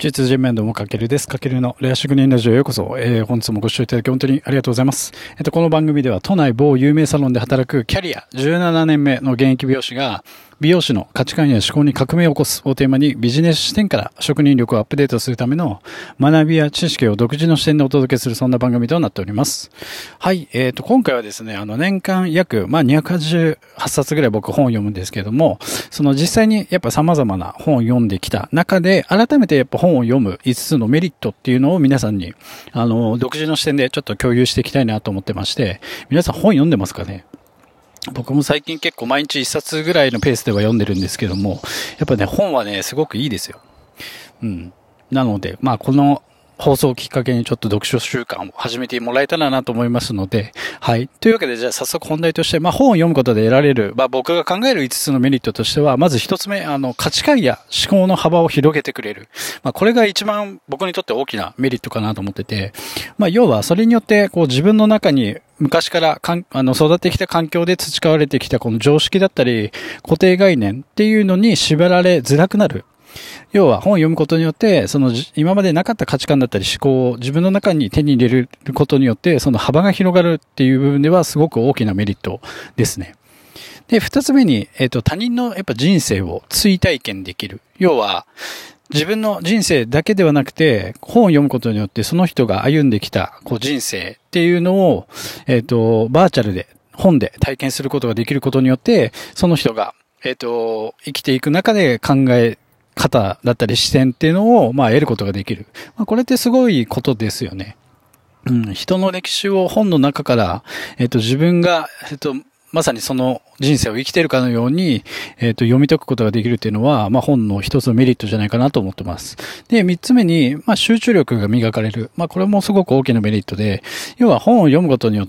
実人面どうもかけるです。かけるのレア職人ラジオへようこそ。本日もご視聴いただき本当にありがとうございます。この番組では都内某有名サロンで働くキャリア17年目の現役美容師が美容師の価値観や思考に革命を起こすをテーマにビジネス視点から職人力をアップデートするための学びや知識を独自の視点でお届けするそんな番組となっております。はい。今回はですね、年間約、288冊ぐらい僕本を読むんですけれども、その実際にやっぱ様々な本を読んできた中で、改めてやっぱ本を読む5つのメリットっていうのを皆さんに、独自の視点でちょっと共有していきたいなと思ってまして、皆さん本読んでますかね？僕も最近結構毎日1冊ぐらいのペースでは読んでるんですけども、やっぱね、本はね、すごくいいですよ。なので、この放送をきっかけにちょっと読書習慣を始めてもらえたらなと思いますので、はい。というわけで、じゃあ早速本題として、本を読むことで得られる、僕が考える5つのメリットとしては、まず1つ目、価値観や思考の幅を広げてくれる。これが一番僕にとって大きなメリットかなと思ってて、要はそれによって、自分の中に昔から育ってきた環境で培われてきたこの常識だったり、固定概念っていうのに縛られづらくなる。要は本を読むことによって、今までなかった価値観だったり思考を自分の中に手に入れることによって、その幅が広がるっていう部分ではすごく大きなメリットですね。で、二つ目に、他人のやっぱ人生を追体験できる。要は、自分の人生だけではなくて、本を読むことによってその人が歩んできた人生っていうのを、バーチャルで本で体験することができることによって、その人が、生きていく中で考え方だったり視点っていうのを、得ることができる。これってすごいことですよね。人の歴史を本の中から、自分が、まさにその人生を生きているかのように、読み解くことができるっていうのは、本の一つのメリットじゃないかなと思ってます。で、三つ目に、集中力が磨かれる。これもすごく大きなメリットで、要は本を読むことによって、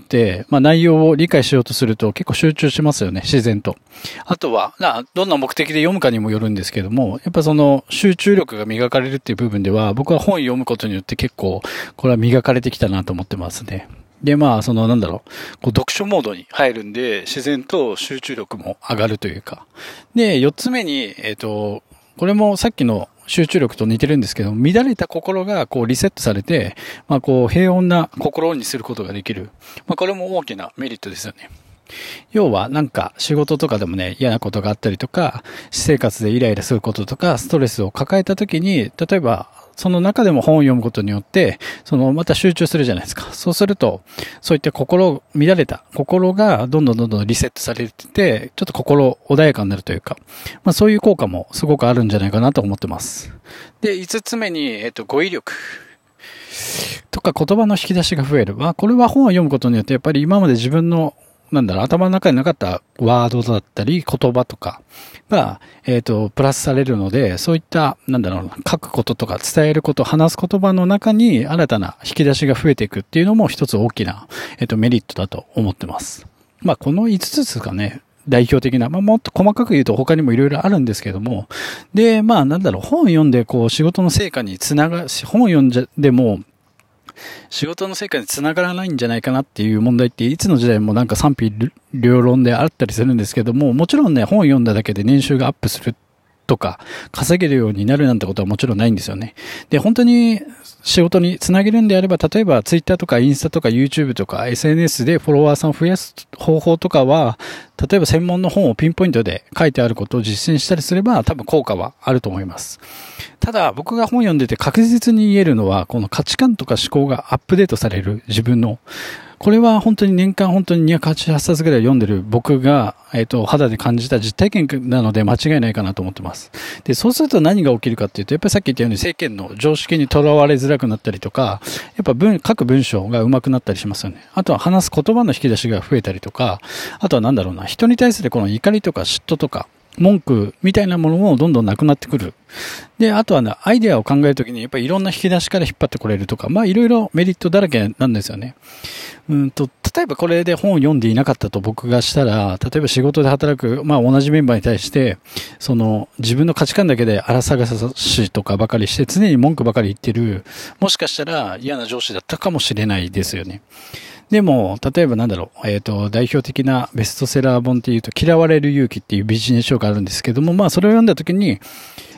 内容を理解しようとすると結構集中しますよね、自然と。あとは、どんな目的で読むかにもよるんですけども、やっぱその集中力が磨かれるっていう部分では、僕は本を読むことによって結構、これは磨かれてきたなと思ってますね。で、読書モードに入るんで、自然と集中力も上がるというか。で、四つ目に、これもさっきの集中力と似てるんですけど、乱れた心がリセットされて、平穏な心にすることができる。これも大きなメリットですよね。要は仕事とかでもね、嫌なことがあったりとか、私生活でイライラすることとか、ストレスを抱えた時に、例えば、その中でも本を読むことによって、また集中するじゃないですか。そうすると、そういった乱れた心がどんどんリセットされて、ちょっと心穏やかになるというか、そういう効果もすごくあるんじゃないかなと思ってます。で、五つ目に、語彙力。とか言葉の引き出しが増える。これは本を読むことによって、やっぱり今まで自分の頭の中になかったワードだったり言葉とかが、プラスされるので、そういった、書くこととか伝えること、話す言葉の中に新たな引き出しが増えていくっていうのも一つ大きな、メリットだと思ってます。この5つですかね。代表的な、もっと細かく言うと他にもいろいろあるんですけども、で、本を読んで仕事の成果に本を読んでも、仕事の成果につながらないんじゃないかなっていう問題っていつの時代も賛否両論であったりするんですけども、もちろんね、本を読んだだけで年収がアップするとか、稼げるようになるなんてことはもちろんないんですよね。で、本当に仕事につなげるんであれば、例えばツイッターとかインスタとか YouTube とか SNS でフォロワーさんを増やす方法とかは、例えば専門の本をピンポイントで書いてあることを実践したりすれば、多分効果はあると思います。ただ、僕が本読んでて確実に言えるのは、この価値観とか思考がアップデートされる自分の、これは本当に年間本当に288冊ぐらい読んでる僕が、肌で感じた実体験なので間違いないかなと思ってます。で、そうすると何が起きるかっていうと、やっぱりさっき言ったように世間の常識にとらわれづらくなったりとか、やっぱ書く文章が上手くなったりしますよね。あとは話す言葉の引き出しが増えたりとか、あとは人に対するこの怒りとか嫉妬とか、文句みたいなものもどんどんなくなってくる。で、あとはアイデアを考えるときにやっぱりいろんな引き出しから引っ張ってこれるとか、いろいろメリットだらけなんですよね。例えばこれで本を読んでいなかったと僕がしたら、例えば仕事で働く、同じメンバーに対して、自分の価値観だけで荒探しとかばかりして常に文句ばかり言ってる、もしかしたら嫌な上司だったかもしれないですよね。でも、例えば代表的なベストセラー本っていうと、嫌われる勇気っていうビジネス書があるんですけども、それを読んだときに、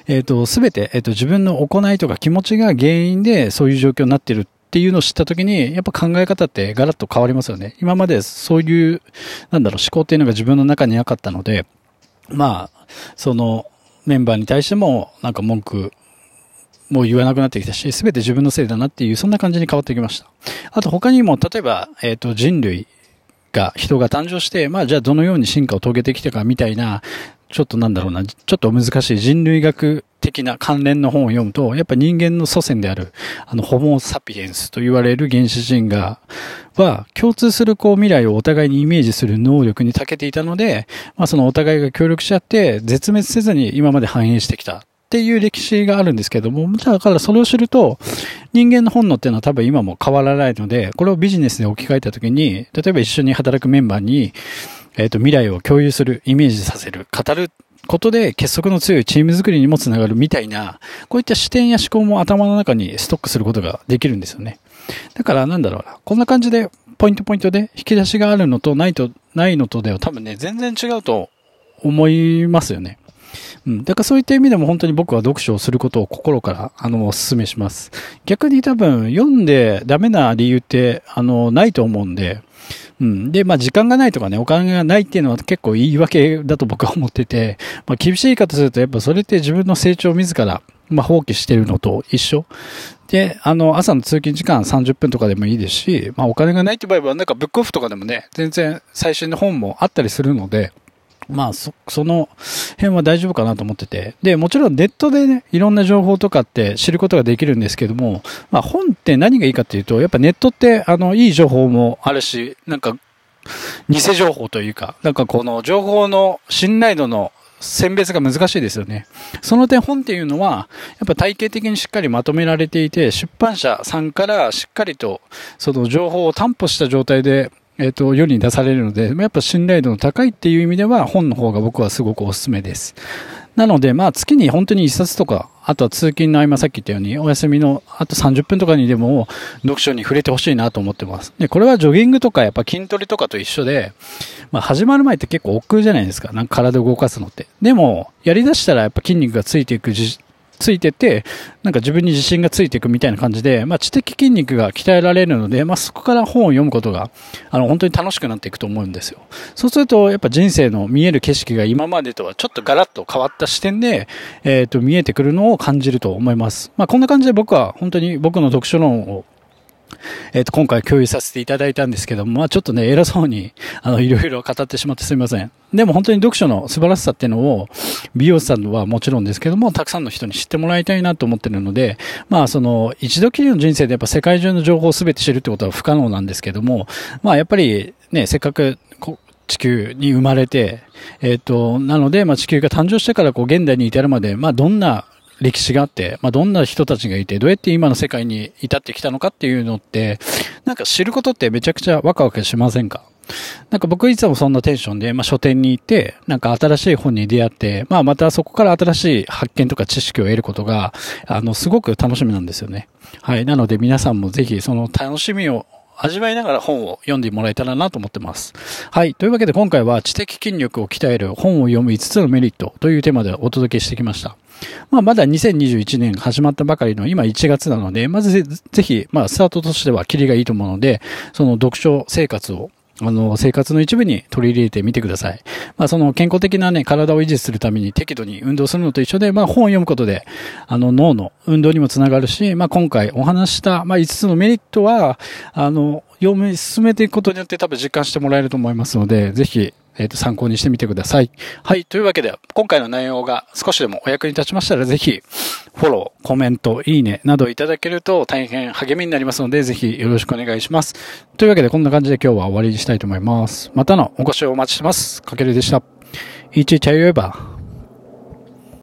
すべて、自分の行いとか気持ちが原因でそういう状況になっているっていうのを知ったときに、やっぱ考え方ってガラッと変わりますよね。今までそういう、思考っていうのが自分の中になかったので、まあ、そのメンバーに対してもなんか文句もう言わなくなってきたし、すべて自分のせいだなっていう、そんな感じに変わってきました。あと他にも、例えば、人類が、人が誕生して、まあじゃあどのように進化を遂げてきたかみたいな、ちょっとちょっと難しい人類学的な関連の本を読むと、やっぱ人間の祖先である、ホモサピエンスと言われる原始人が、共通する未来をお互いにイメージする能力に長けていたので、まあそのお互いが協力し合って、絶滅せずに今まで繁栄してきた。っていう歴史があるんですけども、だからそれを知ると、人間の本能っていうのは多分今も変わらないので、これをビジネスで置き換えたときに、例えば一緒に働くメンバーに、未来を共有する、イメージさせる、語ることで結束の強いチーム作りにもつながるみたいな、こういった視点や思考も頭の中にストックすることができるんですよね。だからこんな感じでポイントで引き出しがあるのとないのとでは多分ね、全然違うと思いますよね。だからそういった意味でも本当に僕は読書をすることを心からお勧めします。逆に多分読んでダメな理由ってないと思うんで、で、まあ時間がないとかね、お金がないっていうのは結構言い訳だと僕は思ってて、まあ厳しい言い方するとやっぱそれって自分の成長を自ら放棄してるのと一緒。で、朝の通勤時間30分とかでもいいですし、まあお金がないって場合はブックオフとかでもね、全然最新の本もあったりするので、まあ、その辺は大丈夫かなと思ってて。で、もちろんネットでね、いろんな情報とかって知ることができるんですけども、まあ本って何がいいかっていうと、やっぱネットっていい情報もあるし、偽情報というか、この情報の信頼度の選別が難しいですよね。その点本っていうのは、やっぱ体系的にしっかりまとめられていて、出版社さんからしっかりとその情報を担保した状態で世に出されるので、やっぱ信頼度の高いっていう意味では本の方が僕はすごくおすすめです。なので、まあ月に本当に一冊とか、あとは通勤の合間さっき言ったように、お休みのあと30分とかにでも読書に触れてほしいなと思ってます。で、これはジョギングとかやっぱ筋トレとかと一緒で、まあ始まる前って結構億劫じゃないですか。体を動かすのって。でも、やり出したらやっぱ筋肉がついてて、自分に自信がついていくみたいな感じで、まあ知的筋肉が鍛えられるので、まあそこから本を読むことが、本当に楽しくなっていくと思うんですよ。そうすると、やっぱ人生の見える景色が今までとはちょっとガラッと変わった視点で、見えてくるのを感じると思います。まあこんな感じで僕は本当に僕の読書論を今回共有させていただいたんですけども、まあちょっとね、偉そうに、いろいろ語ってしまってすみません。でも本当に読書の素晴らしさっていうのを、美容師さんはもちろんですけども、たくさんの人に知ってもらいたいなと思ってるので、まあ一度きりの人生でやっぱ世界中の情報を全て知るってことは不可能なんですけども、まあやっぱりね、せっかく、地球に生まれて、なので、まあ地球が誕生してから現代に至るまで、まあどんな歴史があって、まあ、どんな人たちがいて、どうやって今の世界に至ってきたのかっていうのって、知ることってめちゃくちゃワクワクしませんか？僕いつもそんなテンションで、まあ、書店に行って、新しい本に出会って、まあ、またそこから新しい発見とか知識を得ることが、すごく楽しみなんですよね。はい。なので皆さんもぜひその楽しみを味わいながら本を読んでもらえたらなと思ってます。はい。というわけで今回は知的筋力を鍛える本を読む5つのメリットというテーマでお届けしてきました。まあ、まだ2021年始まったばかりの今1月なので、まずぜひ、まあ、スタートとしてはキリがいいと思うので、その読書生活を生活の一部に取り入れてみてください。まあ、その健康的なね、体を維持するために適度に運動するのと一緒で、まあ、本を読むことで、脳の運動にもつながるし、まあ、今回お話した、まあ、5つのメリットは、読み進めていくことによって多分実感してもらえると思いますので、ぜひ、参考にしてみてください。はい。というわけで、今回の内容が少しでもお役に立ちましたら、ぜひ、フォロー、コメント、いいねなどいただけると大変励みになりますので、ぜひよろしくお願いします。というわけで、こんな感じで今日は終わりにしたいと思います。またのお越しをお待ちしてます。かけるでした。いちちゃいえば。